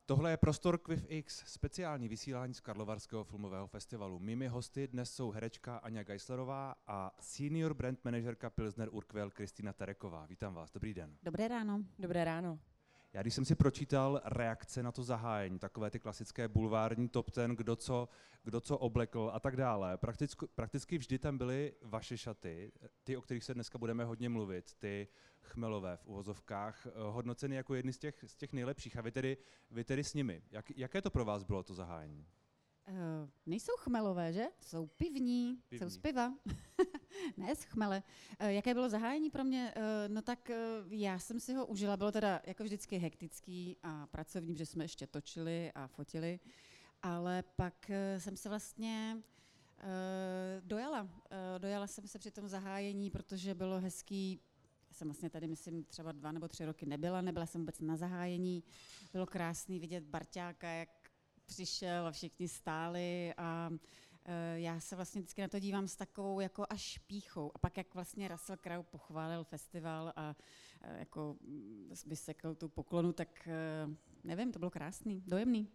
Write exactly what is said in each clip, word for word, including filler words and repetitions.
Tohle je Prostor Quiv X, speciální vysílání z Karlovarského filmového festivalu. Mými hosty dnes jsou herečka Aňa Geislerová a senior brand manažerka Pilsner Urquell Kristýna Tereková. Vítám vás, dobrý den. Dobré ráno. Dobré ráno. Já když jsem si pročítal reakce na to zahájení, takové ty klasické bulvární top ten, kdo co, kdo co oblekl a tak dále, prakticky, prakticky vždy tam byly vaše šaty, ty, o kterých se dneska budeme hodně mluvit, ty chmelové v uvozovkách, hodnoceny jako jedny z těch, z těch nejlepších. A vy tedy, vy tedy s nimi. Jak, jaké to pro vás bylo, to zahájení? Uh, nejsou chmelové, že? Jsou pivní, pivní. Jsou z piva. Ne z chmele. Uh, jaké bylo zahájení pro mě? Uh, no tak uh, já jsem si ho užila. Bylo teda jako vždycky hektický a pracovní, protože jsme ještě točili a fotili. Ale pak uh, jsem se vlastně uh, dojala. Uh, dojala jsem se při tom zahájení, protože bylo hezký. Já jsem vlastně tady, myslím, třeba dva nebo tři roky nebyla. Nebyla jsem vůbec na zahájení. Bylo krásný vidět Barťáka, jak přišel a všichni stáli a uh, já se vlastně vždycky na to dívám s takovou jako až pýchou. A pak jak vlastně Russell Crowe pochválil festival a uh, jako vysekl tu poklonu, tak uh, nevím, to bylo krásný, dojemný.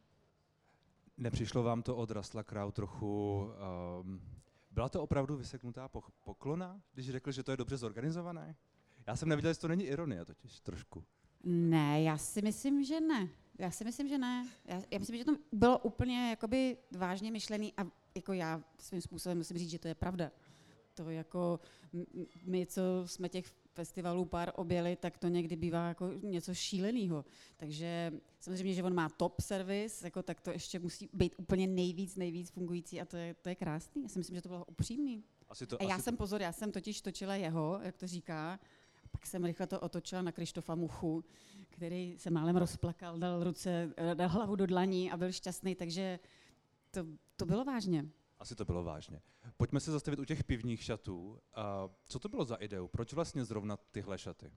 Nepřišlo vám to od Russella Crowe trochu, um, byla to opravdu vyseknutá poklona, když řekl, že to je dobře zorganizované? Já jsem neviděl, jestli to není ironie totiž trošku. Ne, já si myslím, že ne. Já si myslím, že ne. Já, já myslím, že to bylo úplně jakoby vážně myšlený a jako já svým způsobem musím říct, že to je pravda. To jako my, co jsme těch festivalů pár objeli, tak to někdy bývá jako něco šílenýho. Takže samozřejmě, že on má top servis, jako tak to ještě musí být úplně nejvíc, nejvíc fungující a to je, to je krásný. Já si myslím, že to bylo upřímný. Asi to, a já asi jsem, to... pozor, já jsem totiž točila jeho, jak to říká, pak jsem rychle to otočila na Krištofa Muchu, který se málem rozplakal, dal ruce, dal hlavu do dlaní a byl šťastný, takže to, to bylo vážně. Asi to bylo vážně. Pojďme se zastavit u těch pivních šatů. A co to bylo za ideu? Proč vlastně zrovna tyhle šaty?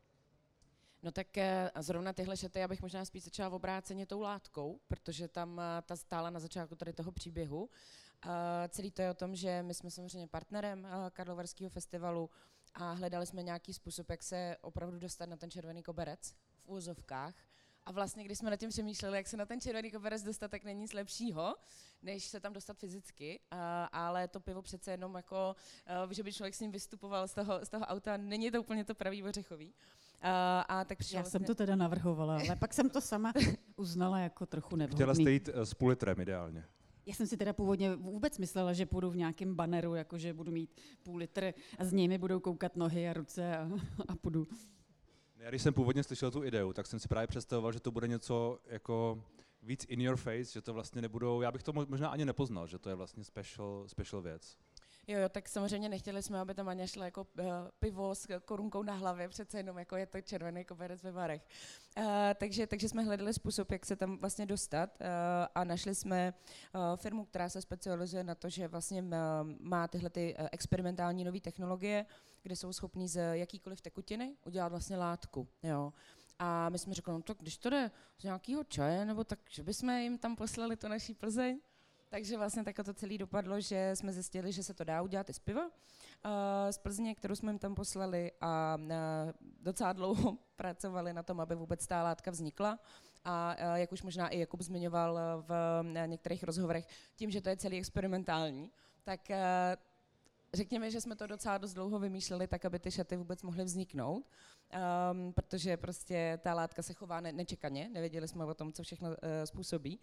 No tak zrovna tyhle šaty já bych možná spíš začala v obráceně tou látkou, protože tam ta stála na začátku tady toho příběhu. Celý to je o tom, že my jsme samozřejmě partnerem Karlovarského festivalu a hledali jsme nějaký způsob, jak se opravdu dostat na ten červený koberec v úvozovkách. A vlastně, když jsme nad tím přemýšleli, jak se na ten červený koberec dostat, tak není nic lepšího, než se tam dostat fyzicky. Uh, ale to pivo přece jenom jako, uh, že by člověk s ním vystupoval z toho, z toho auta, není to úplně to pravý ořechový. Uh, a tak Já vlastně... jsem to teda navrhovala, ale pak jsem to sama uznala jako trochu nevhodný. Chtěla jste jít s půl litrem ideálně. Já jsem si teda původně vůbec myslela, že půjdu v nějakém banneru, jakože budu mít půl litr a z něj mi budou koukat nohy a ruce a, a půjdu. Já když jsem původně slyšel tu ideu, tak jsem si právě představoval, že to bude něco jako víc in your face, že to vlastně nebudou, já bych to možná ani nepoznal, že to je vlastně special, special věc. Jo, jo, tak samozřejmě nechtěli jsme, aby tam Aňa šla jako uh, pivo s korunkou na hlavě, přece jenom jako je to červený koberec ve barech. Uh, takže, takže jsme hledali způsob, jak se tam vlastně dostat uh, a našli jsme uh, firmu, která se specializuje na to, že vlastně uh, má tyhle ty uh, experimentální nové technologie, kde jsou schopní z jakýkoliv tekutiny udělat vlastně látku, jo. A my jsme řekli, no tak když to jde z nějakého čaje, nebo tak, že bychom jim tam poslali tu naší Plzeň. Takže vlastně takhle to celé dopadlo, že jsme zjistili, že se to dá udělat i z piva, uh, z Plzně, kterou jsme jim tam poslali a uh, docela dlouho pracovali na tom, aby vůbec ta látka vznikla. A uh, jak už možná i Jakub zmiňoval v uh, některých rozhovorech, tím, že to je celý experimentální, tak uh, řekněme, že jsme to docela dost dlouho vymýšleli tak, aby ty šaty vůbec mohly vzniknout, um, protože prostě ta látka se chová ne- nečekaně, nevěděli jsme o tom, co všechno uh, způsobí.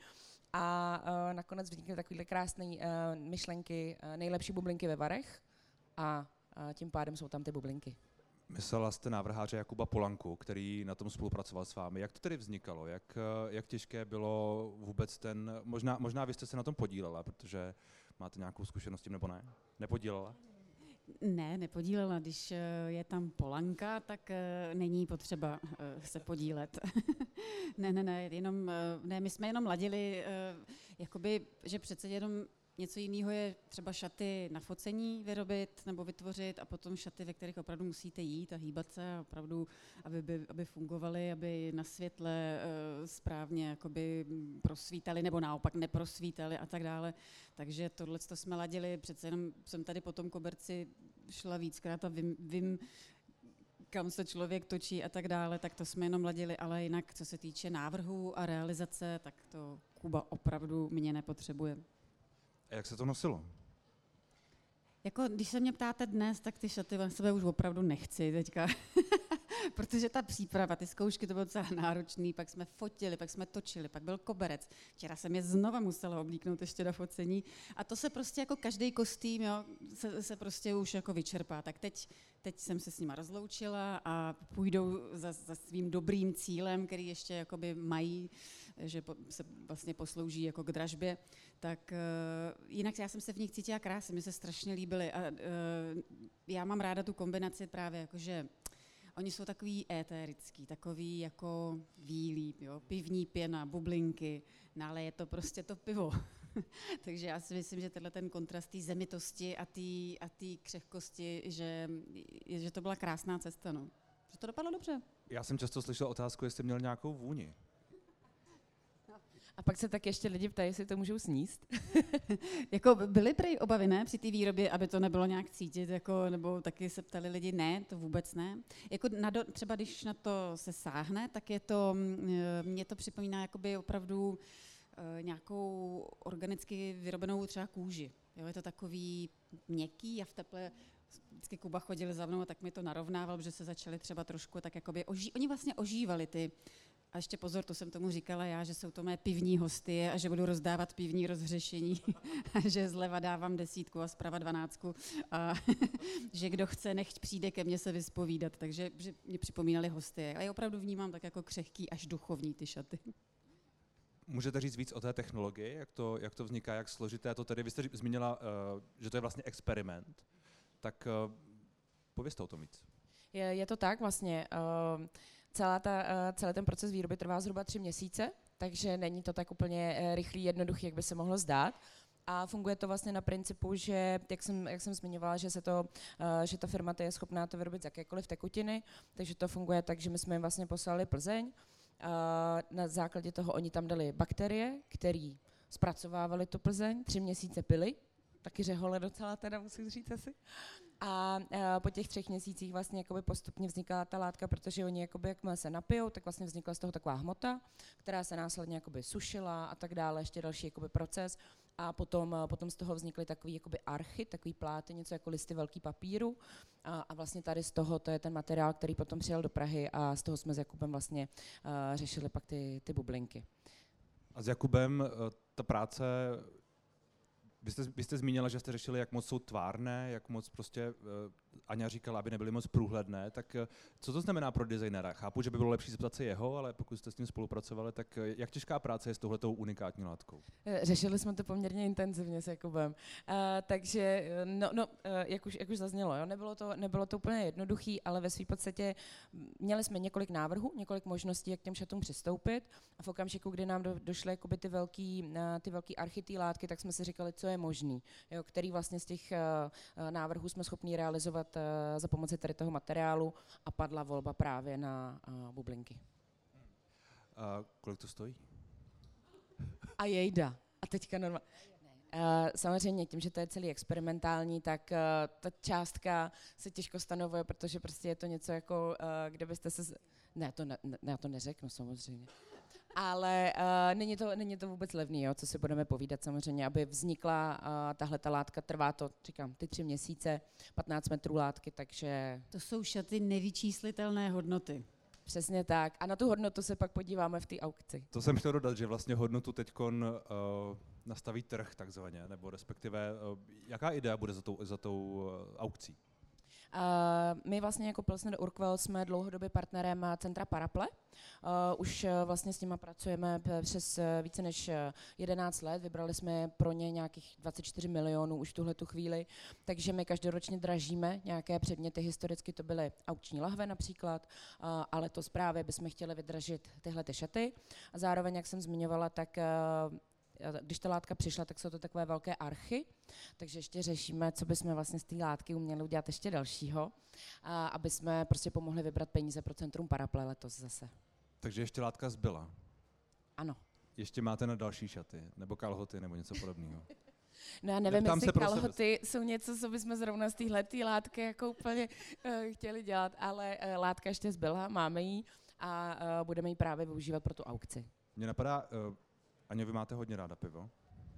A uh, nakonec vznikly takovéhle krásné uh, myšlenky, uh, nejlepší bublinky ve varech a uh, tím pádem jsou tam ty bublinky. Myslela jste návrháře Jakuba Polanku, který na tom spolupracoval s vámi. Jak to tedy vznikalo? Jak, jak těžké bylo vůbec ten, možná, možná vy jste se na tom podílela, protože máte nějakou zkušenost tím, nebo ne? Nepodílela? Ne, nepodílela. Když je tam Polanka, tak není potřeba se podílet. ne, ne, ne, jenom, ne, my jsme jenom ladili, jakoby, že přece jenom něco jiného je třeba šaty na focení vyrobit nebo vytvořit a potom šaty, ve kterých opravdu musíte jít a hýbat se a opravdu, aby, by, aby fungovaly, aby na světle uh, správně jakoby prosvítali nebo naopak neprosvítali a tak dále. Takže tohle jsme ladili, přece jenom jsem tady po tom koberci šla víckrát a vím, vím kam se člověk točí a tak dále, tak to jsme jenom ladili, ale jinak, co se týče návrhů a realizace, tak to Kuba opravdu mě nepotřebuje. A jak se to nosilo? Jako, když se mě ptáte dnes, tak ty šaty na sebe už opravdu nechci teďka. Protože ta příprava, ty zkoušky, to bylo docela náročný, pak jsme fotili, pak jsme točili, pak byl koberec. Včera jsem je znova musela oblíknout ještě na focení. A to se prostě jako každý kostým, jo, se, se prostě už jako vyčerpá. Tak teď, teď jsem se s nima rozloučila a půjdou za, za svým dobrým cílem, který ještě jakoby mají, že po, se vlastně poslouží jako k dražbě. Tak uh, jinak já jsem se v nich cítila krásně, mi se strašně líbily. A uh, já mám ráda tu kombinaci právě jakože oni jsou takový étérický, takový jako vílí, jo? Pivní pěna, bublinky, no ale je to prostě to pivo. Takže já si myslím, že tenhle ten kontrast té zemitosti a té a té křehkosti, že, že to byla krásná cesta, no. Že to dopadlo dobře. Já jsem často slyšel otázku, jestli měl nějakou vůni. A pak se tak ještě lidi ptají, jestli to můžou sníst. Jako byly prej obavy, ne, při té výrobě, aby to nebylo nějak cítit, jako, nebo taky se ptali lidi, ne, to vůbec ne. Jako na do, třeba když na to se sáhne, tak je to, mě to připomíná jakoby opravdu uh, nějakou organicky vyrobenou třeba kůži. Jo, je to takový měkký a v teple vždycky Kuba chodil za mnou a tak mi to narovnával, protože se začali třeba trošku tak jakoby oží, oni vlastně ožívali ty. A ještě pozor, to jsem tomu říkala já, že jsou to mé pivní hostie a že budu rozdávat pivní rozhřešení a že zleva dávám desítku a zprava dvanáctku a že kdo chce, nechť přijde ke mně se vyspovídat. Takže že mě připomínali hostie. A já opravdu vnímám tak jako křehký až duchovní ty šaty. Můžete říct víc o té technologii, jak to, jak to vzniká, jak složité to tedy? Vy jste zmínila, uh, že to je vlastně experiment, tak uh, povězte o tom víc. Je, je to tak vlastně. Uh, celá ta, uh, celý ten proces výroby trvá zhruba tři měsíce, takže není to tak úplně uh, rychlý, jednoduchý, jak by se mohlo zdát. A funguje to vlastně na principu, že, jak jsem, jak jsem zmiňovala, že, se to, uh, že ta firma je schopná to vyrobit z jakékoliv tekutiny, takže to funguje tak, že my jsme jim vlastně poslali Plzeň. Uh, na základě toho oni tam dali bakterie, které zpracovávali tu Plzeň, tři měsíce pili, taky řehole docela teda, musím říct asi. A uh, po těch třech měsících vlastně jakoby postupně vznikala ta látka, protože oni jakoby, jakmile se napijou, tak vlastně vznikla z toho taková hmota, která se následně jakoby sušila a tak dále, ještě další jakoby proces. A potom, potom z toho vznikly takový jakoby archy, takový pláty, něco jako listy velký papíru. A, a vlastně tady z toho, to je ten materiál, který potom přijel do Prahy a z toho jsme s Jakubem vlastně uh, řešili pak ty, ty bublinky. A s Jakubem uh, ta práce, vy jste, vy jste zmínila, že jste řešili, jak moc jsou tvárné, jak moc prostě, uh, Aňa říkala, aby nebyly moc průhledné, tak uh, co to znamená pro designera? Chápu, že by bylo lepší zeptat se jeho, ale pokud jste s ním spolupracovali, tak uh, jak těžká práce je s touhletou unikátní látkou? Řešili jsme to poměrně intenzivně s Jakubem, uh, takže no, no, uh, jak, už, jak už zaznělo, jo, nebylo, to, nebylo to úplně jednoduchý, ale ve své podstatě měli jsme několik návrhů, několik možností, jak k těm šatům přistoupit a v okamžiku, kdy nám do, došly jakoby ty velký, uh, ty velký archy látky, tak jsme si říkali, co je možný, jo, který vlastně z těch uh, návrhů jsme schopni realizovat uh, za pomoci tady toho materiálu a padla volba právě na uh, bublinky. A kolik to stojí? A jejda. A teďka normálně. Uh, samozřejmě tím, že to je celý experimentální, tak uh, ta částka se těžko stanovuje, protože prostě je to něco jako, uh, kde byste se... Z... Ne, to ne, ne, já to neřeknu samozřejmě. Ale uh, není, to, není to vůbec levný, jo, co si budeme povídat samozřejmě, aby vznikla uh, tahle ta látka, trvá to, říkám, ty tři měsíce, patnáct metrů látky, takže... To jsou šaty nevyčíslitelné hodnoty. Přesně tak. A na tu hodnotu se pak podíváme v té aukci. To jsem chtěl dodat, že vlastně hodnotu teďkon uh, nastaví trh takzvaně, nebo respektive, uh, jaká idea bude za tou, za tou uh, aukcí? Uh, my vlastně jako Pilsner Urquell jsme dlouhodobě partnerem Centra Paraple. Uh, už uh, vlastně s nimi pracujeme přes uh, více než jedenáct let. Vybrali jsme pro ně nějakých dvacet čtyři milionů už v tuhletu chvíli. Takže my každoročně dražíme nějaké předměty. Historicky to byly aukční lahve například, uh, ale letos právě bychom chtěli vydražit tyhle ty šaty. A zároveň, jak jsem zmiňovala, tak uh, když ta látka přišla, tak jsou to takové velké archy, takže ještě řešíme, co bychom vlastně z té látky uměli udělat ještě dalšího, a aby jsme prostě pomohli vybrat peníze pro Centrum Paraple letos zase. Takže ještě látka zbyla. Ano. Ještě máte na další šaty, nebo kalhoty, nebo něco podobného. No já nevím, Neptám jestli se pro sebe. kalhoty jsou něco, co bychom zrovna z téhletý látky jako úplně uh, chtěli dělat, ale uh, látka ještě zbyla, máme ji a uh, budeme ji právě využívat pro tu aukci. Mně napadá, uh, Aňo, vy máte hodně ráda pivo?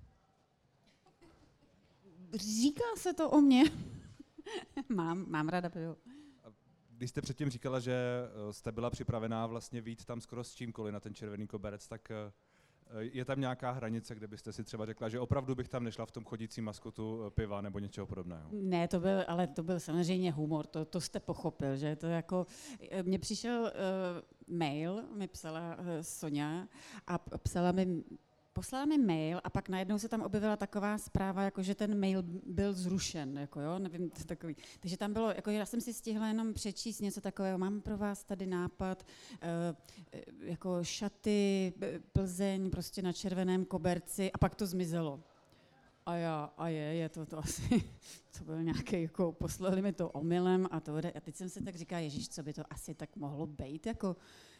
Říká se to o mně. mám, mám ráda pivo. Když jste předtím říkala, že jste byla připravená vlastně vyjít tam skoro s čímkoliv na ten červený koberec, tak je tam nějaká hranice, kde byste si třeba řekla, že opravdu bych tam nešla v tom chodícím maskotu piva nebo něčeho podobného? Ne, to byl, ale to byl samozřejmě humor, to, to jste pochopil, že to jako, mně přišel uh, mail, mi psala uh, Soňa a psala mi, poslala mi mail a pak najednou se tam objevila taková zpráva, jako že ten mail byl zrušen, jako jo, nevím, to takový. Takže tam bylo, jako já jsem si stihla jenom přečíst něco takového, mám pro vás tady nápad, uh, jako šaty, Plzeň, prostě na červeném koberci a pak to zmizelo. A já, a je, je to to asi, to byl nějaký, jako poslali mi to omylem a to, a teď jsem si tak říkala, ježiš, co by to asi tak mohlo být, jako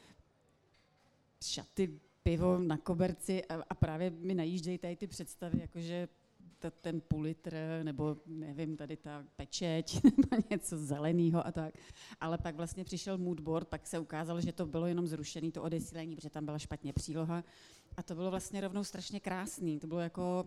šaty, pivo na koberci a, a právě mi najíždějí tady ty představy, jakože ta, ten půl litr, nebo nevím, tady ta pečeť, nebo něco zeleného a tak. Ale pak vlastně přišel moodboard, pak se ukázalo, že to bylo jenom zrušené, to odesílení, protože tam byla špatně příloha. A to bylo vlastně rovnou strašně krásný. To bylo jako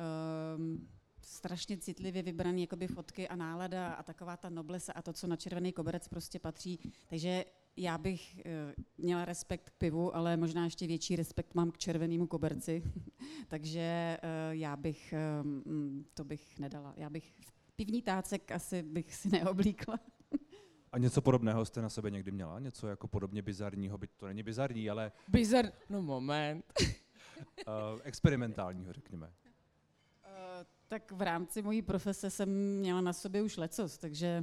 um, strašně citlivě vybrané jakoby fotky a nálada a taková ta noblesa a to, co na červený koberec prostě patří. Takže já bych uh, měla respekt k pivu, ale možná ještě větší respekt mám k červenému koberci. Takže uh, já bych, um, to bych nedala. Já bych pivní tácek asi bych si neoblíkla. A něco podobného jste na sebe někdy měla? Něco jako podobně bizarního, byť to není bizarní, ale... Bizar, no moment. uh, experimentálního, řekněme. Uh, tak v rámci mojí profese jsem měla na sobě už lecos, takže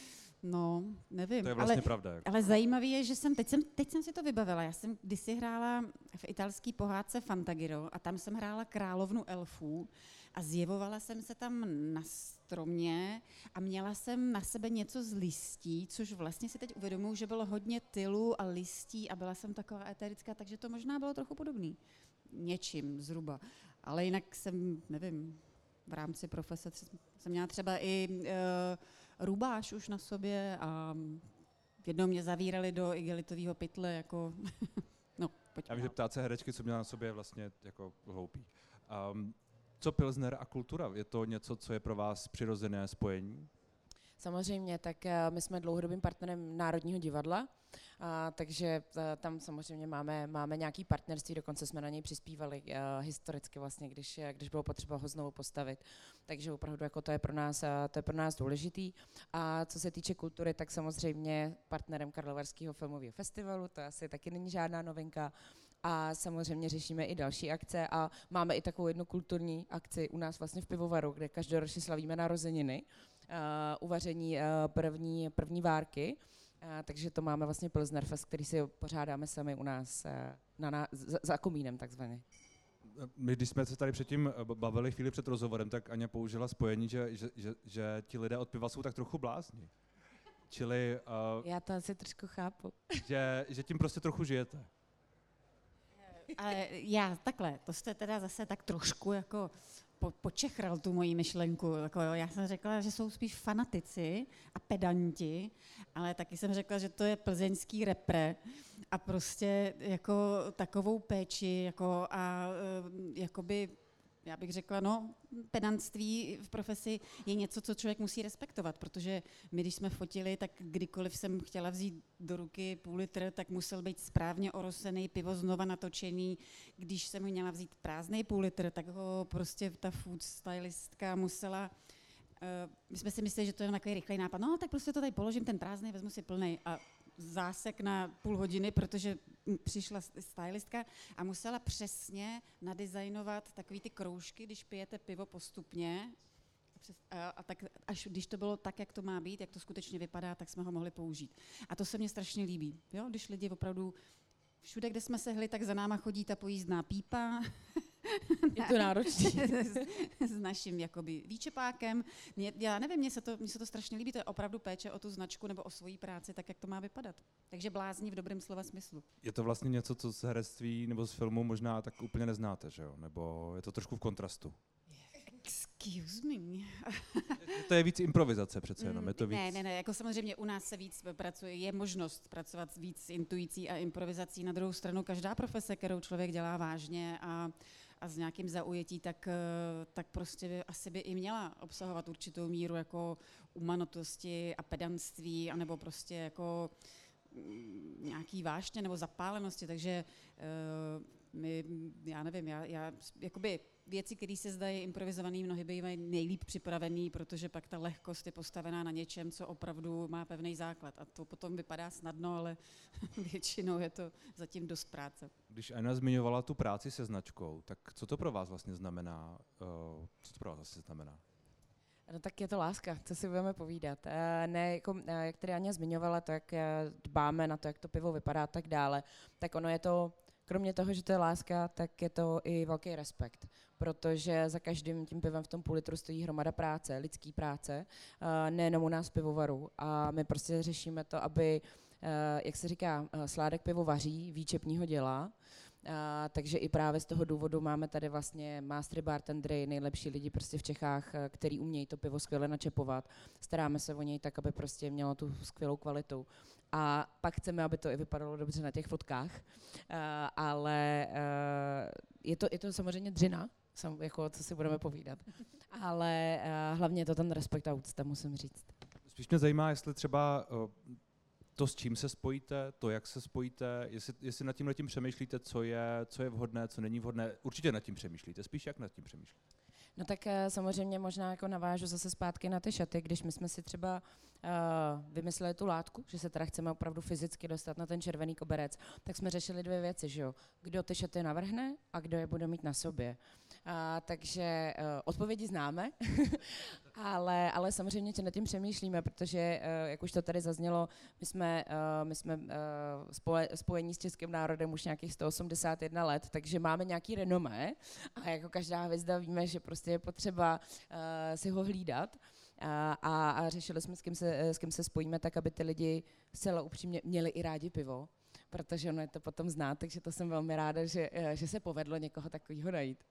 no, nevím. To je vlastně ale, pravda. Jako. Ale zajímavé je, že jsem teď, jsem, teď jsem si to vybavila. Já jsem kdysi hrála v italské pohádce Fantagiro a tam jsem hrála královnu elfů a zjevovala jsem se tam na stromě a měla jsem na sebe něco z listí, což vlastně si teď uvědomuji, že bylo hodně tylu a listí a byla jsem taková eterická, takže to možná bylo trochu podobný. Něčím zhruba. Ale jinak jsem, nevím, v rámci profese jsem měla třeba i uh, rubáš už na sobě a jednou mě zavírali do igelitového pytle, jako, no, pojďme. Já vím, že ptát se herečky, co měla na sobě, je vlastně jako hloupý. Um, co Pilsner a kultura? Je to něco, co je pro vás přirozené spojení? Samozřejmě, tak my jsme dlouhodobým partnerem Národního divadla, a, takže a, tam samozřejmě máme, máme nějaké partnerství, dokonce jsme na něj přispívali a, historicky vlastně, když, když bylo potřeba ho znovu postavit. Takže opravdu jako to je pro nás, a, to je pro nás důležitý. A co se týče kultury, tak samozřejmě partnerem Karlovarského filmového festivalu, to asi taky není žádná novinka. A samozřejmě řešíme i další akce a máme i takovou jednu kulturní akci u nás vlastně v pivovaru, kde každoročně slavíme narozeniny, uh, uvaření uh, první, první várky, uh, takže to máme vlastně Pilsner Fest, který si pořádáme sami u nás uh, na, na, za, za komínem takzvaně. My, když jsme se tady předtím bavili chvíli před rozhovorem, tak Aňa použila spojení, že, že, že, že ti lidé od piva jsou tak trochu blázni. Čili... Uh, Já to asi trošku chápu. Že, že tím prostě trochu žijete. Ale já takhle, to jste teda zase tak trošku jako po, počechral tu moji myšlenku. Jako jo. Já jsem řekla, že jsou spíš fanatici a pedanti, ale taky jsem řekla, že to je plzeňský repre a prostě jako takovou péči jako a jakoby, já bych řekla, no, pedantství v profesi je něco, co člověk musí respektovat, protože my, když jsme fotili, tak kdykoliv jsem chtěla vzít do ruky půl litr, tak musel být správně orosený, pivo znova natočený. Když jsem měla vzít prázdný půl litr, tak ho prostě ta food stylistka musela... Uh, my jsme si mysleli, že to je takový rychlej nápad. No, tak prostě to tady položím, ten prázdný, vezmu si plnej a zásek na půl hodiny, protože přišla stylistka a musela přesně nadizajnovat takový ty kroužky, když pijete pivo postupně. A, a tak, až když to bylo tak, jak to má být, jak to skutečně vypadá, tak jsme ho mohli použít. A to se mně strašně líbí. Jo? Když lidi opravdu všude, kde jsme sehli, tak za náma chodí ta pojízdná pípa. Je to náročné. s, s naším jakoby výčepákem. Mě, já nevím, mně se, to, mně se to strašně líbí, to je opravdu péče o tu značku nebo o svoji práci, tak jak to má vypadat. Takže blázni v dobrém slova smyslu. Je to vlastně něco, co z herectví nebo z filmu možná tak úplně neznáte, že jo? Nebo je to trošku v kontrastu? Excuse me. To je víc improvizace přece jenom, je to víc... Ne, ne, ne, jako samozřejmě u nás se víc pracuje, je možnost pracovat víc s intuicí a improvizací. Na druhou stranu každá profese, kterou člověk dělá vážně a, a s nějakým zaujetí, tak, tak prostě by, asi by i měla obsahovat určitou míru jako umanitosti a pedantství, anebo prostě jako nějaký vášně nebo zapálenosti, takže uh, my, já nevím, já, já jakoby věci, které se zdají improvizovaný, mnohy bývají nejlíp připravený, protože pak ta lehkost je postavená na něčem, co opravdu má pevný základ. A to potom vypadá snadno, ale většinou je to zatím dost práce. Když Aina zmiňovala tu práci se značkou, tak co to pro vás vlastně znamená? Uh, co to pro vás vlastně znamená? No tak je to láska, co si budeme povídat. E, ne, jako, e, jak tady Aňa zmiňovala, to, jak dbáme na to, jak to pivo vypadá a tak dále, tak ono je to, kromě toho, že to je láska, tak je to i velký respekt, protože za každým tím pivem v tom půl litru stojí hromada práce, lidský práce, e, nejenom u nás pivovaru. A my prostě řešíme to, aby, e, jak se říká, sládek pivo vaří, výčepního dělá. Uh, takže i právě z toho důvodu máme tady vlastně mastery, bartendry, nejlepší lidi prostě v Čechách, který umějí to pivo skvěle načepovat. Staráme se o něj tak, aby prostě mělo tu skvělou kvalitu. A pak chceme, aby to i vypadalo dobře na těch fotkách, uh, ale uh, je, to, je to samozřejmě dřina, sam, jako co si budeme povídat, ale uh, hlavně je to ten respekt a úcta, musím říct. Spíš mě zajímá, jestli třeba uh, to, s čím se spojíte, to, jak se spojíte, jestli, jestli nad tímhletím přemýšlíte, co je, co je vhodné, co není vhodné. Určitě nad tím přemýšlíte, spíš jak nad tím přemýšlíte. No tak samozřejmě možná jako navážu zase zpátky na ty šaty, když my jsme si třeba uh, vymysleli tu látku, že se teda chceme opravdu fyzicky dostat na ten červený koberec, tak jsme řešili dvě věci, že jo. Kdo ty šaty navrhne a kdo je bude mít na sobě. Uh, takže uh, odpovědi známe, ale, ale samozřejmě nad tím přemýšlíme, protože, uh, jak už to tady zaznělo, my jsme, uh, my jsme uh, spoje, spojení s českým národem už nějakých sto osmdesát jedna let, takže máme nějaký renomé a jako každá hvězda víme, že prostě je potřeba uh, si ho hlídat. A, a, a řešili jsme, s kým, se, s kým se spojíme tak, aby ty lidi zcela upřímně měli i rádi pivo, protože ono je to potom znát, takže to jsem velmi ráda, že, že se povedlo někoho takového najít.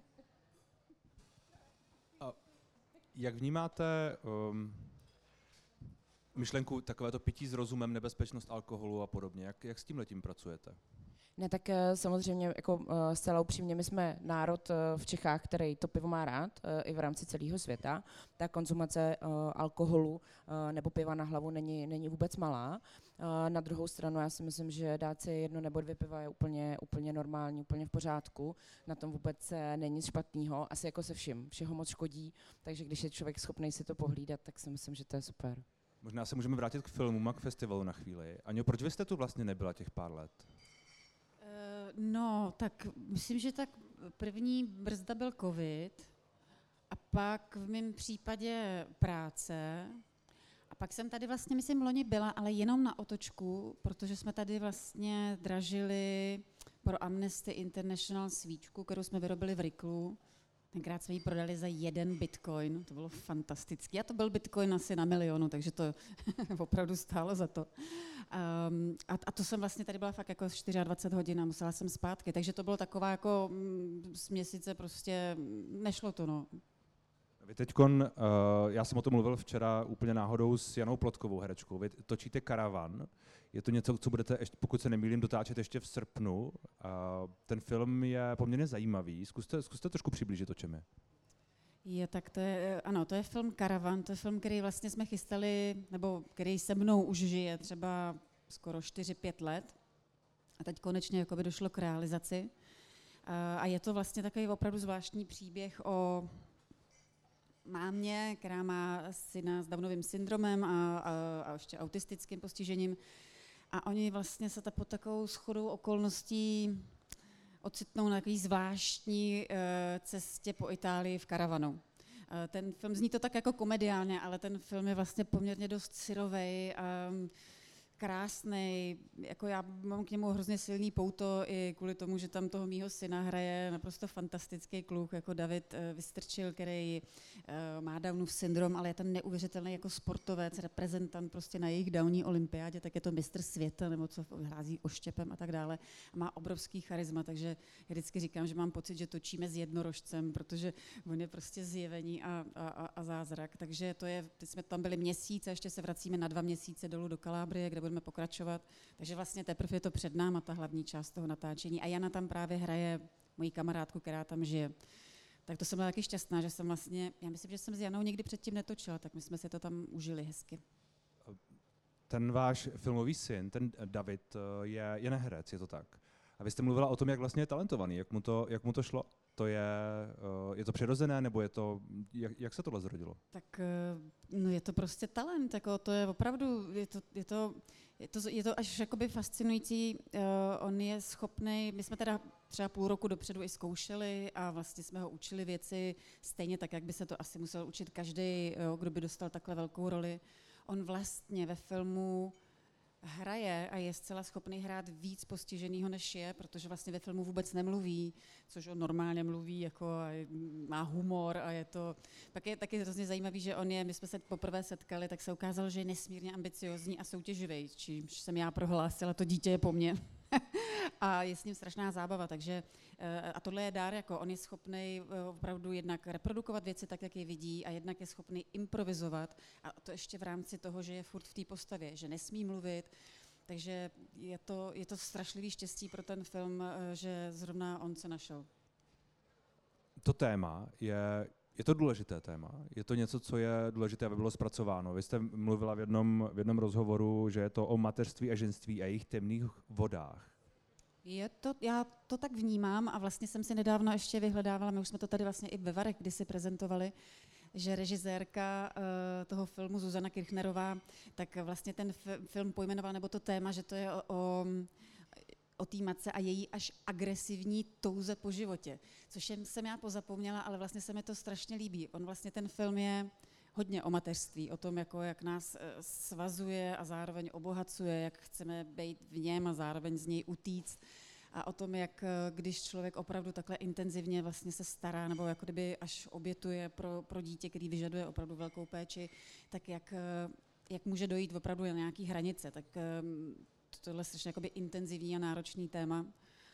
A jak vnímáte um, myšlenku takovéto pití s rozumem, nebezpečnost alkoholu a podobně? Jak, jak s tímhletím pracujete? Ne, tak samozřejmě jako zcela upřímně, my jsme národ v Čechách, který to pivo má rád i v rámci celého světa. Ta konzumace alkoholu nebo piva na hlavu není, není vůbec malá. Na druhou stranu já si myslím, že dát si jedno nebo dvě piva je úplně, úplně normální, úplně v pořádku. Na tom vůbec není nic špatného, asi jako se vším. Všeho moc škodí, takže když je člověk schopný si to pohlídat, tak si myslím, že to je super. Možná se můžeme vrátit k filmům a k festivalu na chvíli. Aňo, proč vy jste tu vlastně nebyla těch pár let? No, tak myslím, že tak první brzda byl covid a pak v mém případě práce a pak jsem tady vlastně, myslím, loni byla, ale jenom na otočku, protože jsme tady vlastně dražili pro Amnesty International svíčku, kterou jsme vyrobili v Riklu. Tenkrát jsme ji prodali za jeden bitcoin, to bylo fantastické. A to byl bitcoin asi na milionu, takže to opravdu stálo za to. Um, a, a to jsem vlastně tady byla fakt jako dvacet čtyři hodin a musela jsem zpátky, takže to bylo taková jako mm, z měsíce prostě nešlo to, no. Vy teďkon, uh, já jsem o tom mluvil včera úplně náhodou s Janou Plotkovou, herečkou. Vy točíte Karavan. Je to něco, co budete, ještě, pokud se nemýlím, dotáčet ještě v srpnu. Uh, ten film je poměrně zajímavý. Zkuste, zkuste trošku přiblížit, o čem je. Je, tak to je, ano, to je film Karavan, to je film, který vlastně jsme chystali, nebo který se mnou už žije třeba skoro čtyři pět let. A teď konečně jakoby došlo k realizaci. Uh, a je to vlastně takový opravdu zvláštní příběh o mámě, která má syna s Downovým syndromem a, a, a ještě autistickým postižením. A oni vlastně se ta pod takovou shodou okolností ocitnou na takové zvláštní uh, cestě po Itálii v karavanu. Uh, ten film zní to tak jako komediálně, ale ten film je vlastně poměrně dost syrovej a krásný, jako já mám k němu hrozně silný pouto i kvůli tomu, že tam toho mýho syna hraje naprosto fantastický kluk, jako David Vystrčil, který má Downův syndrom, ale je tam neuvěřitelný jako sportovec, reprezentant prostě na jejich Downí olympiádě, tak je to mistr světa, nebo co hrází oštěpem a tak dále. A má obrovský charisma, takže já vždycky říkám, že mám pocit, že točíme s jednorožcem, protože on je prostě zjevení a, a, a zázrak. Takže to je, teď jsme tam byli měsíc a ještě se vracíme na dva měsíce dolů do Kalábrie, kde budeme pokračovat. Takže vlastně teprve je to před náma, ta hlavní část toho natáčení. A Jana tam právě hraje moji kamarádku, která tam žije. Tak to jsem byla taky šťastná, že jsem vlastně, já myslím, že jsem s Janou někdy předtím netočila, tak my jsme si to tam užili hezky. Ten váš filmový syn, ten David, je, je neherec, je to tak? A vy jste mluvila o tom, jak vlastně je talentovaný, jak mu to, jak mu to šlo? To je, je to přirozené, nebo je to, jak, jak se tohle zrodilo? Tak no je to prostě talent, jako to je opravdu, je to, je to, je to, je to až jakoby fascinující, uh, on je schopný, my jsme teda třeba půl roku dopředu i zkoušeli a vlastně jsme ho učili věci stejně tak, jak by se to asi musel učit každý, kdo by dostal takhle velkou roli. On vlastně ve filmu hraje a je zcela schopný hrát víc postiženýho, než je, protože vlastně ve filmu vůbec nemluví, což on normálně mluví, jako má humor a je to... Pak je taky hrozně zajímavý, že on je, my jsme se poprvé setkali, tak se ukázalo, že je nesmírně ambiciozní a soutěživý, čímž jsem já prohlásila, to dítě je po mně. A je s ním strašná zábava, takže a tohle je dár, jako on je schopný opravdu jednak reprodukovat věci tak, jak je vidí a jednak je schopný improvizovat a to ještě v rámci toho, že je furt v té postavě, že nesmí mluvit, takže je to, je to strašlivý štěstí pro ten film, že zrovna on se našel. To téma je, je to důležité téma, je to něco, co je důležité, aby bylo zpracováno. Vy jste mluvila v jednom, v jednom rozhovoru, že je to o mateřství a ženství a jejich temných vodách. Je to, já to tak vnímám a vlastně jsem si nedávno ještě vyhledávala, my už jsme to tady vlastně i ve Varech kdysi prezentovali, že režisérka uh, toho filmu Zuzana Kirchnerová, tak vlastně ten f- film pojmenoval, nebo to téma, že to je o, o, o té matce a její až agresivní touze po životě, což jsem já pozapomněla, ale vlastně se mi to strašně líbí. On vlastně ten film je hodně o mateřství, o tom, jako, jak nás svazuje a zároveň obohacuje, jak chceme být v něm a zároveň z něj utíct. A o tom, jak když člověk opravdu takhle intenzivně vlastně se stará, nebo jako kdyby až obětuje pro, pro dítě, který vyžaduje opravdu velkou péči, tak jak, jak může dojít opravdu na nějaký hranice. Tak tohle je strašně jakoby intenzivní a náročný téma.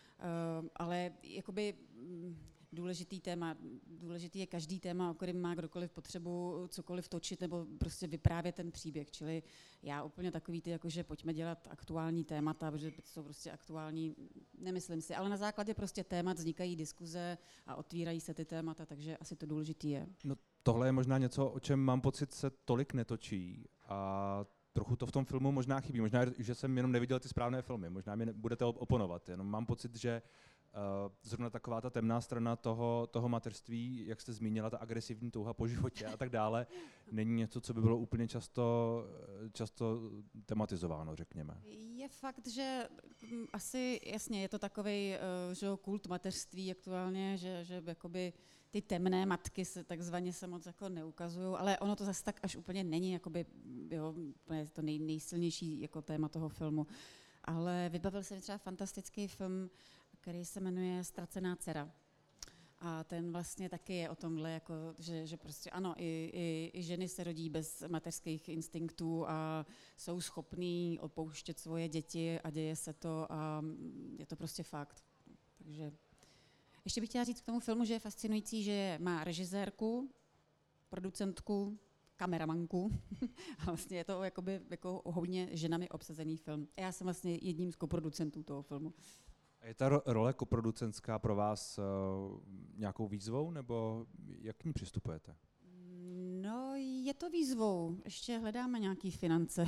Ale jakoby důležitý téma, důležitý je každý téma, o kterém má kdokoliv potřebu cokoliv točit nebo prostě vyprávět ten příběh. Čili já úplně takový ty, jakože pojďme dělat aktuální témata, protože jsou prostě aktuální, nemyslím si, ale na základě prostě témat vznikají diskuze a otvírají se ty témata, takže asi to důležitý je. No, tohle je možná něco, o čem mám pocit, se tolik netočí a trochu to v tom filmu možná chybí. Možná, že jsem jenom neviděl ty správné filmy, možná mi budete oponovat, jenom mám pocit, že Uh, zrovna taková ta temná strana toho, toho mateřství, jak jste zmínila, ta agresivní touha po životě a tak dále, není něco, co by bylo úplně často, často tematizováno, řekněme. Je fakt, že asi, jasně, je to takovej uh, že kult mateřství aktuálně, že, že jakoby ty temné matky se takzvaně se moc jako neukazují, ale ono to zase tak až úplně není, jakoby, jo, to nej, nejsilnější jako téma toho filmu. Ale vybavil se mi třeba fantastický film, který se jmenuje Ztracená dcera. A ten vlastně taky je o tomhle, jako, že, že prostě ano, i, i, i ženy se rodí bez mateřských instinktů a jsou schopný opouštět svoje děti a děje se to a je to prostě fakt. Takže ještě bych chtěla říct k tomu filmu, že je fascinující, že má režisérku, producentku, kameramanku a vlastně je to jakoby, jako hodně ženami obsazený film. A já jsem vlastně jedním z koproducentů toho filmu. A je ta ro- role koproducentská pro vás uh, nějakou výzvou, nebo jak k ní přistupujete? No, je to výzvou. Ještě hledáme nějaký finance.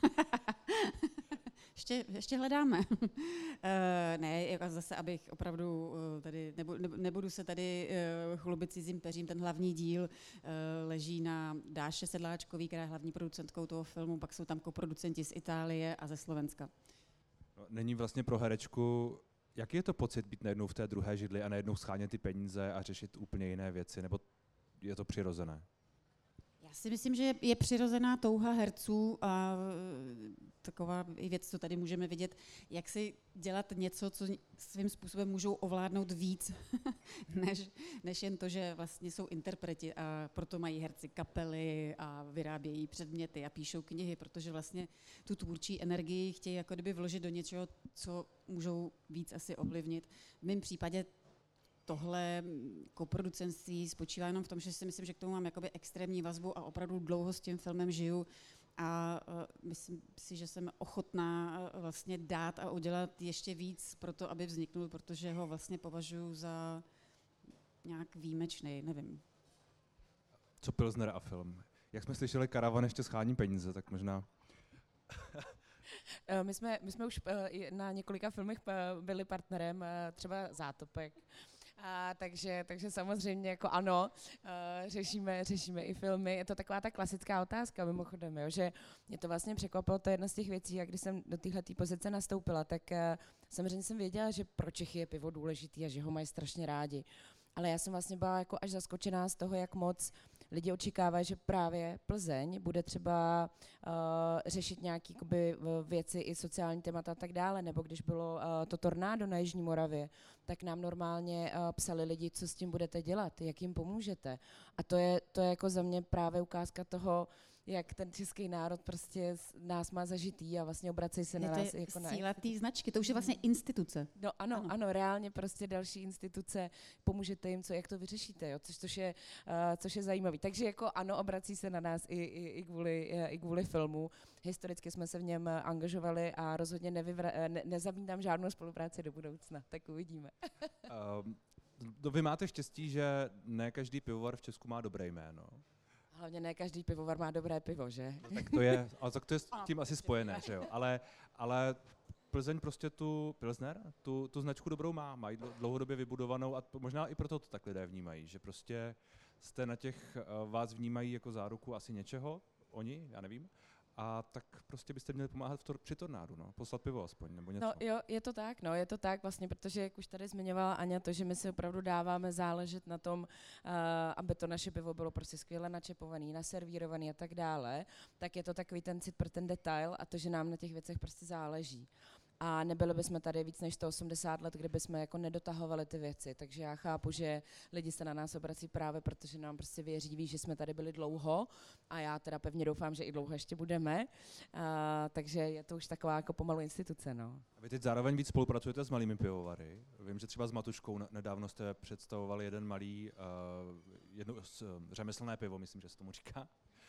ještě, ještě hledáme. uh, ne, jako zase, abych opravdu uh, tady, nebu, nebudu se tady uh, chlubit cizím peřím, ten hlavní díl uh, leží na Dáše Sedláčkový, která je hlavní producentkou toho filmu, pak jsou tam koproducenti z Itálie a ze Slovenska. No, není vlastně pro herečku, jaký je to pocit být najednou v té druhé židli a najednou schánět ty peníze a řešit úplně jiné věci, nebo je to přirozené? Já si myslím, že je přirozená touha herců a taková i věc, co tady můžeme vidět, jak si dělat něco, co svým způsobem můžou ovládnout víc, než, než jen to, že vlastně jsou interpreti a proto mají herci kapely a vyrábějí předměty a píšou knihy, protože vlastně tu tvůrčí energii chtějí jako kdyby vložit do něčeho, co můžou víc asi ovlivnit. V mém případě tohle koproducenství spočívá jenom v tom, že si myslím, že k tomu mám jakoby extrémní vazbu a opravdu dlouho s tím filmem žiju a uh, myslím si, že jsem ochotná uh, vlastně dát a udělat ještě víc pro to, aby vzniknul, protože ho vlastně považuji za nějak výjimečný, nevím. Co Pilsner a film? Jak jsme slyšeli, Karavan ještě schání peníze, tak možná... My jsme, my jsme už na několika filmech byli partnerem, třeba Zátopek. A takže, takže samozřejmě jako ano, řešíme, řešíme i filmy. Je to taková ta klasická otázka mimochodem, jo, že mě to vlastně překvapilo, to je jedna z těch věcí, a když jsem do téhleté pozice nastoupila, tak samozřejmě jsem věděla, že pro Čechy je pivo důležitý a že ho mají strašně rádi. Ale já jsem vlastně byla jako až zaskočená z toho, jak moc lidi očekávají, že právě Plzeň bude třeba uh, řešit nějaké věci i sociální témata a tak dále, nebo když bylo uh, to tornádo na Jižní Moravě, tak nám normálně uh, psali lidi, co s tím budete dělat, jak jim pomůžete. A to je, to je jako za mě právě ukázka toho, jak ten český národ prostě nás má zažitý a vlastně obracejí se je na to nás jako na... síla té značky, to už je vlastně instituce. No ano, ano, ano, reálně prostě další instituce, pomůžete jim, co, jak to vyřešíte, jo, což, což, je, uh, což je zajímavý. Takže jako ano, obrací se na nás i, i, i, kvůli, i kvůli filmu. Historicky jsme se v něm angažovali a rozhodně nevyvra- ne, nezabídám žádnou spolupráci do budoucna, tak uvidíme. um, to vy máte štěstí, že ne každý pivovar v Česku má dobré jméno. Hlavně ne každý pivovar má dobré pivo, že? No, tak to je, ale tak to je s tím asi spojené, že jo. Ale, ale Plzeň prostě tu Pilsner, tu, tu značku dobrou má, mají dlouhodobě vybudovanou a možná i proto to tak lidé vnímají, že prostě jste na těch, vás vnímají jako záruku asi něčeho, oni, já nevím, a tak prostě byste měli pomáhat v tor- při tornádu, no, poslat pivo aspoň, nebo něco. No jo, je to tak, no, je to tak vlastně, protože jak už tady zmiňovala Aňa, to, že my si opravdu dáváme záležet na tom, uh, aby to naše pivo bylo prostě skvěle načepovaný, naservírovaný a tak dále, tak je to takový ten cit pro ten detail a to, že nám na těch věcech prostě záleží. A nebyli bychom tady víc než sto osmdesát let, kdyby jsme jako nedotahovali ty věci. Takže já chápu, že lidi se na nás obrací právě, protože nám prostě věří, ví, že jsme tady byli dlouho a já teda pevně doufám, že i dlouho ještě budeme. A, takže je to už taková jako pomalu instituce. No. A vy teď zároveň víc spolupracujete s malými pivovary. Vím, že třeba s Matuškou nedávno jste představovali jeden malý, uh, jedno uh, řemeslné pivo, myslím, že se tomu říká.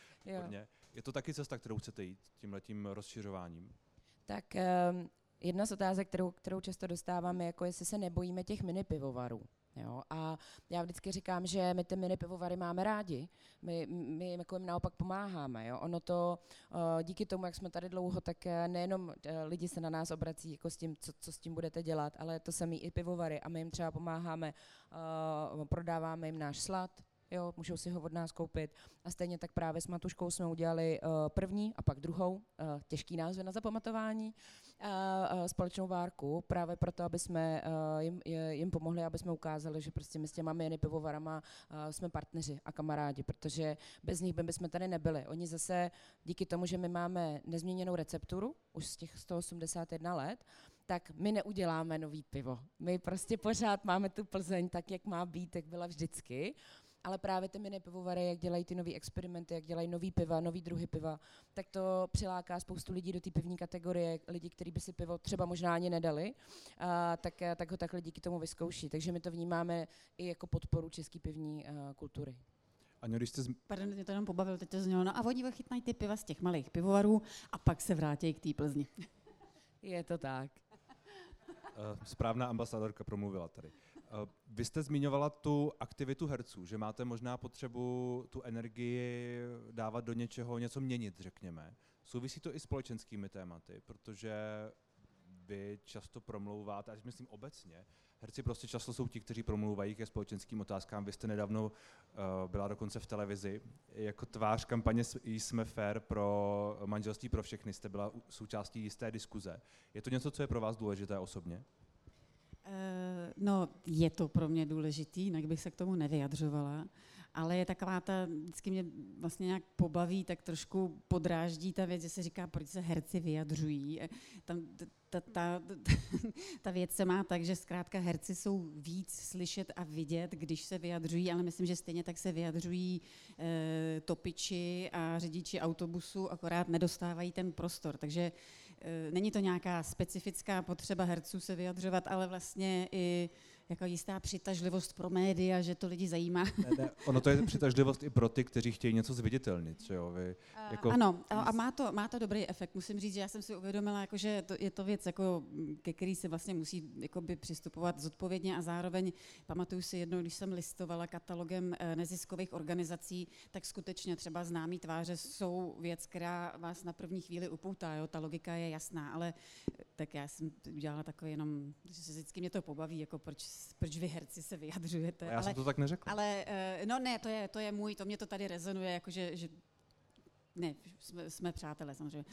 Je to taky cesta, kterou chcete jít tímhletím rozšiřováním? Tak... Um, Jedna z otázek, kterou, kterou často dostáváme, jako jestli se nebojíme těch mini pivovarů. Jo? A já vždycky říkám, že my ty mini pivovary máme rádi, my, my jim jako jim naopak pomáháme. Jo? Ono to, uh, díky tomu, jak jsme tady dlouho, tak nejenom uh, lidi se na nás obrací jako s tím, co, co s tím budete dělat, ale to samý i pivovary a my jim třeba pomáháme, uh, prodáváme jim náš slad, jo, můžou si ho od nás koupit. A stejně tak právě s Matuškou jsme udělali uh, první a pak druhou, uh, těžký název na zapamatování, uh, uh, společnou várku, právě proto, aby jsme uh, jim, jim pomohli, aby jsme ukázali, že prostě my s těma mini pivovarama uh, jsme partneři a kamarádi, protože bez nich by jsme tady nebyli. Oni zase díky tomu, že my máme nezměněnou recepturu, už z těch sto osmdesát jedna let, tak my neuděláme nový pivo. My prostě pořád máme tu Plzeň tak, jak má být, jak byla vždycky. Ale právě ty mini pivovary, jak dělají ty nový experimenty, jak dělají nový piva, nový druhy piva, tak to přiláká spoustu lidí do té pivní kategorie, lidi, kteří by si pivo třeba možná ani nedali, a tak, tak ho takhle díky tomu vyzkouší. Takže my to vnímáme i jako podporu české pivní uh, kultury. Aňo, když jste... Z... Pardon, mě to jenom pobavil, teď to znělo, no a oni vychytnají ty piva z těch malých pivovarů a pak se vrátí k té Plzni. Je to tak. Správná ambasadorka promluvila tady. Vy jste zmiňovala tu aktivitu herců, že máte možná potřebu tu energii dávat do něčeho, něco měnit, řekněme. Souvisí to i s společenskými tématy, protože vy často promlouváte, a myslím obecně, herci prostě často jsou ti, kteří promlouvají ke společenským otázkám. Vy jste nedávno uh, byla dokonce v televizi. Jako tvář kampaně Jsme fair pro manželství pro všechny jste byla součástí jisté diskuze. Je to něco, co je pro vás důležité osobně? No, je to pro mě důležitý, jinak bych se k tomu nevyjadřovala, ale je taková ta, vždycky mě vlastně nějak pobaví, tak trošku podráždí ta věc, že se říká, proč se herci vyjadřují. Tam ta, ta, ta, ta věc se má tak, že zkrátka herci jsou víc slyšet a vidět, když se vyjadřují, ale myslím, že stejně tak se vyjadřují e, topiči a řidiči autobusu, akorát nedostávají ten prostor, takže e, není to nějaká specifická potřeba herců se vyjadřovat, ale vlastně i jako jistá přitažlivost pro média, že to lidi zajímá. Ne, ne, ono to je přitažlivost i pro ty, kteří chtějí něco zviditelnit, že jo? Vy, jako... Ano, a má to, má to dobrý efekt. Musím říct, že já jsem si uvědomila, jako, že to, je to věc, jako, ke který se vlastně musí jakoby, přistupovat zodpovědně a zároveň pamatuju si jednou, když jsem listovala katalogem neziskových organizací, tak skutečně třeba známý tváře jsou věc, která vás na první chvíli upoutá. Jo? Ta logika je jasná, ale tak já jsem udělala takový jenom, že se vždycky mě to pobaví, jako proč, proč vy herci se vyjadřujete. Já ale, jsem to tak neřekl. Ale no ne, to je, to je můj, to mě to tady rezonuje, jakože, že ne, jsme, jsme přátelé samozřejmě,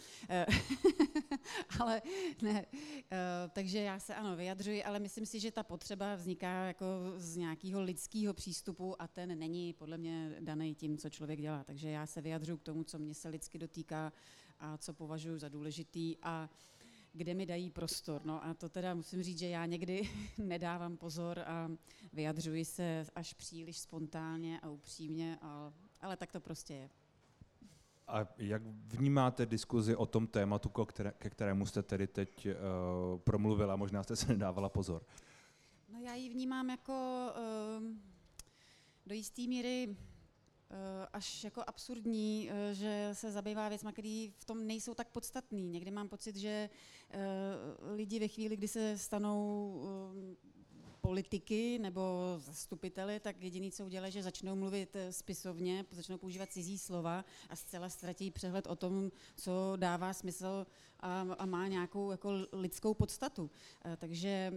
ale ne, takže já se ano vyjadřuji, ale myslím si, že ta potřeba vzniká jako z nějakého lidského přístupu a ten není podle mě daný tím, co člověk dělá, takže já se vyjadřuji k tomu, co mě se lidsky dotýká a co považuji za důležitý a kde mi dají prostor. No a to teda musím říct, že já někdy nedávám pozor a vyjadřuji se až příliš spontánně a upřímně, ale, ale tak to prostě je. A jak vnímáte diskuzi o tom tématu, ke kterému jste tedy teď uh, promluvila, možná jste se nedávala pozor? No já ji vnímám jako uh, do jisté míry až jako absurdní, že se zabývá věcmi, které v tom nejsou tak podstatný. Někdy mám pocit, že lidi ve chvíli, kdy se stanou politiky nebo zastupiteli, tak jediný, co udělají, že začnou mluvit spisovně, začnou používat cizí slova a zcela ztratí přehled o tom, co dává smysl a, a má nějakou jako lidskou podstatu. Takže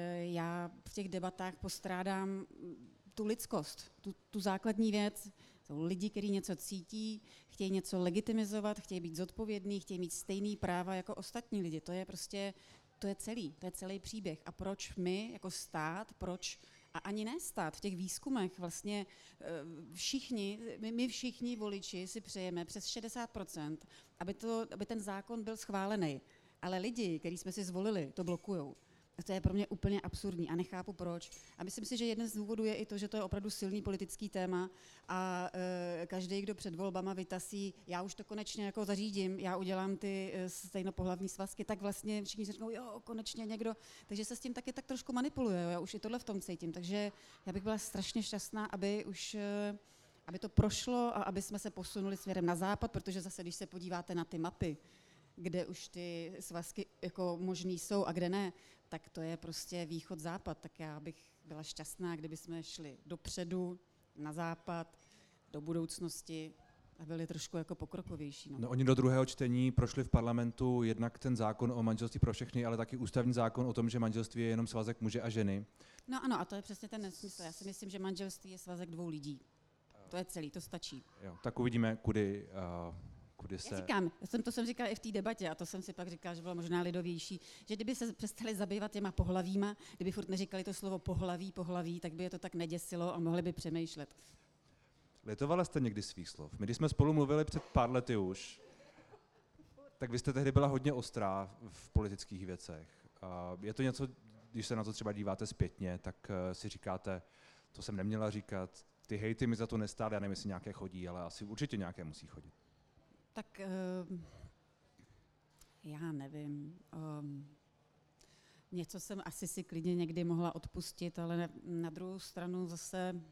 já v těch debatách postrádám tu lidskost, tu, tu základní věc. Jsou lidi, kteří něco cítí, chtějí něco legitimizovat, chtějí být zodpovědní, chtějí mít stejný práva jako ostatní lidi. To je prostě, to je celý, to je celý příběh. A proč my jako stát, proč, a ani ne stát, v těch výzkumech vlastně všichni, my, my všichni voliči si přejeme přes šedesát procent, aby, to, aby ten zákon byl schválený. Ale lidi, který jsme si zvolili, to blokujou. To je pro mě úplně absurdní a nechápu proč. A myslím si, že jeden z důvodů je i to, že to je opravdu silný politický téma a e, každý, kdo před volbama vytasí, já už to konečně jako zařídím, já udělám ty e, stejnopohlavní svazky, tak vlastně všichni si řeknou, jo, konečně někdo. Takže se s tím taky tak trošku manipuluje, jo, já už i tohle v tom cítím. Takže já bych byla strašně šťastná, aby už... E, aby to prošlo a aby jsme se posunuli směrem na západ, protože zase, když se podíváte na ty mapy, kde už ty svazky jako možný jsou a kde ne, tak to je prostě východ-západ. Tak já bych byla šťastná, kdyby jsme šli dopředu, na západ, do budoucnosti a byli trošku jako pokrokovější. No. No, oni do druhého čtení prošli v parlamentu jednak ten zákon o manželství pro všechny, ale taky ústavní zákon o tom, že manželství je jenom svazek muže a ženy. No ano, a to je přesně ten nesmysl. Já si myslím, že manželství je svazek dvou lidí. To je celý, to stačí. Jo, tak uvidíme, kudy... Uh... Se... Já říkám, já jsem, to jsem říkala i v té debatě a to jsem si pak říkala, že bylo možná lidovější, že kdyby se přestali zabývat těma pohlavíma, kdyby furt neříkali to slovo pohlaví, pohlaví, tak by je to tak neděsilo a mohli by přemýšlet. Litovala jste někdy svých slov? My když jsme spolu mluvili před pár lety už, tak vy jste tehdy byla hodně ostrá v politických věcech. Je to něco, když se na to třeba díváte zpětně, tak si říkáte, to jsem neměla říkat, ty hejty mi za to nestály, já nevím, jestli nějaké chodí, ale asi určitě nějaké musí chodit. Tak uh, já nevím. Um, něco jsem asi si klidně někdy mohla odpustit, ale na, na druhou stranu zase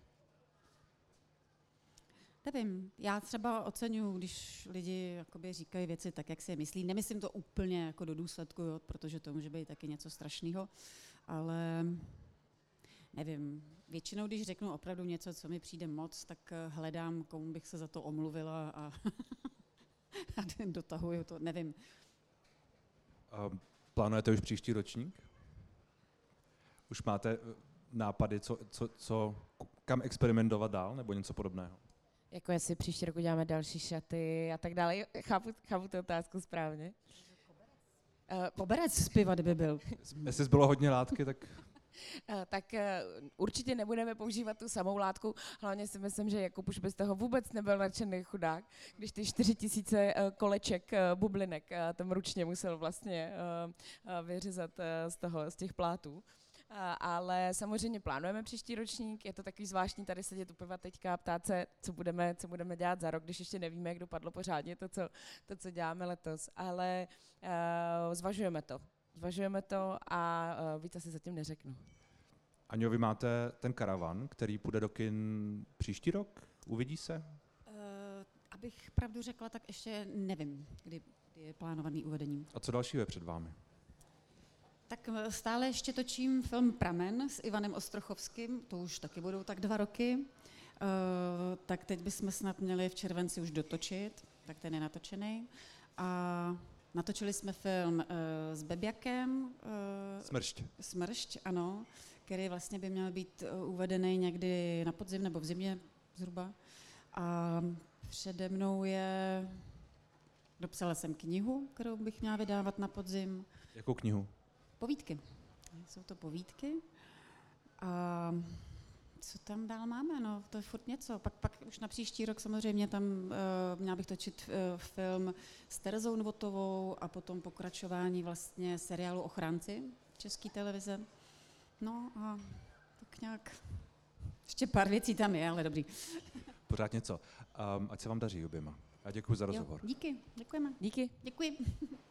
nevím. Já třeba oceňuji, když lidi jakoby říkají věci tak, jak si je myslí. Nemyslím to úplně jako do důsledku, jo, protože to může být taky něco strašného, ale nevím. Většinou, když řeknu opravdu něco, co mi přijde moc, tak hledám, komu bych se za to omluvila a a dotahuju to, nevím. Uh, plánujete už příští ročník? Už máte nápady, co, co, co, kam experimentovat dál, nebo něco podobného? Jako jestli příští rok uděláme další šaty a tak dále. Chápu, chápu tu otázku správně. Uh, Poberec z piva, kdyby byl. Jestli zbylo hodně látky, tak... tak určitě nebudeme používat tu samou látku. Hlavně si myslím, že Jakub už by z toho vůbec nebyl nadšený chudák, když ty čtyři tisíce koleček bublinek tam ručně musel vlastně vyřezat z toho, z těch plátů. Ale samozřejmě plánujeme příští ročník, je to takový zvláštní tady sedět u piva teďka a ptát se, co budeme, co budeme dělat za rok, když ještě nevíme, jak dopadlo pořádně to, co, to, co děláme letos, ale uh, zvažujeme to. Zvažujeme to a uh, víc asi zatím neřeknu. Aňo, vy máte ten karavan, který půjde do kin příští rok? Uvidí se? Uh, abych pravdu řekla, tak ještě nevím, kdy, kdy je plánovaný uvedení. A co dalšího je před vámi? Tak stále ještě točím film Pramen s Ivanem Ostrochovským, to už taky budou tak dva roky. Uh, tak teď bychom snad měli v červenci už dotočit, tak ten je natočený. A natočili jsme film uh, s Bebjakem. Uh, Smršť. Smršť, ano, který vlastně by měl být uh, uvedený někdy na podzim nebo v zimě zhruba. A přede mnou je, dopsala jsem knihu, kterou bych měla vydávat na podzim. Jakou knihu? Povídky. Jsou to povídky. A co tam dál máme? No, to je furt něco. Pak, pak už na příští rok samozřejmě tam uh, měla bych točit uh, film s Terezou Novotovou a potom pokračování vlastně seriálu Ochránci České televize. No a tak nějak ještě pár věcí tam je, ale dobrý. Pořád něco. Um, ať se vám daří oběma. A děkuji za rozhovor. Jo, díky, děkujeme. Díky. Děkuji.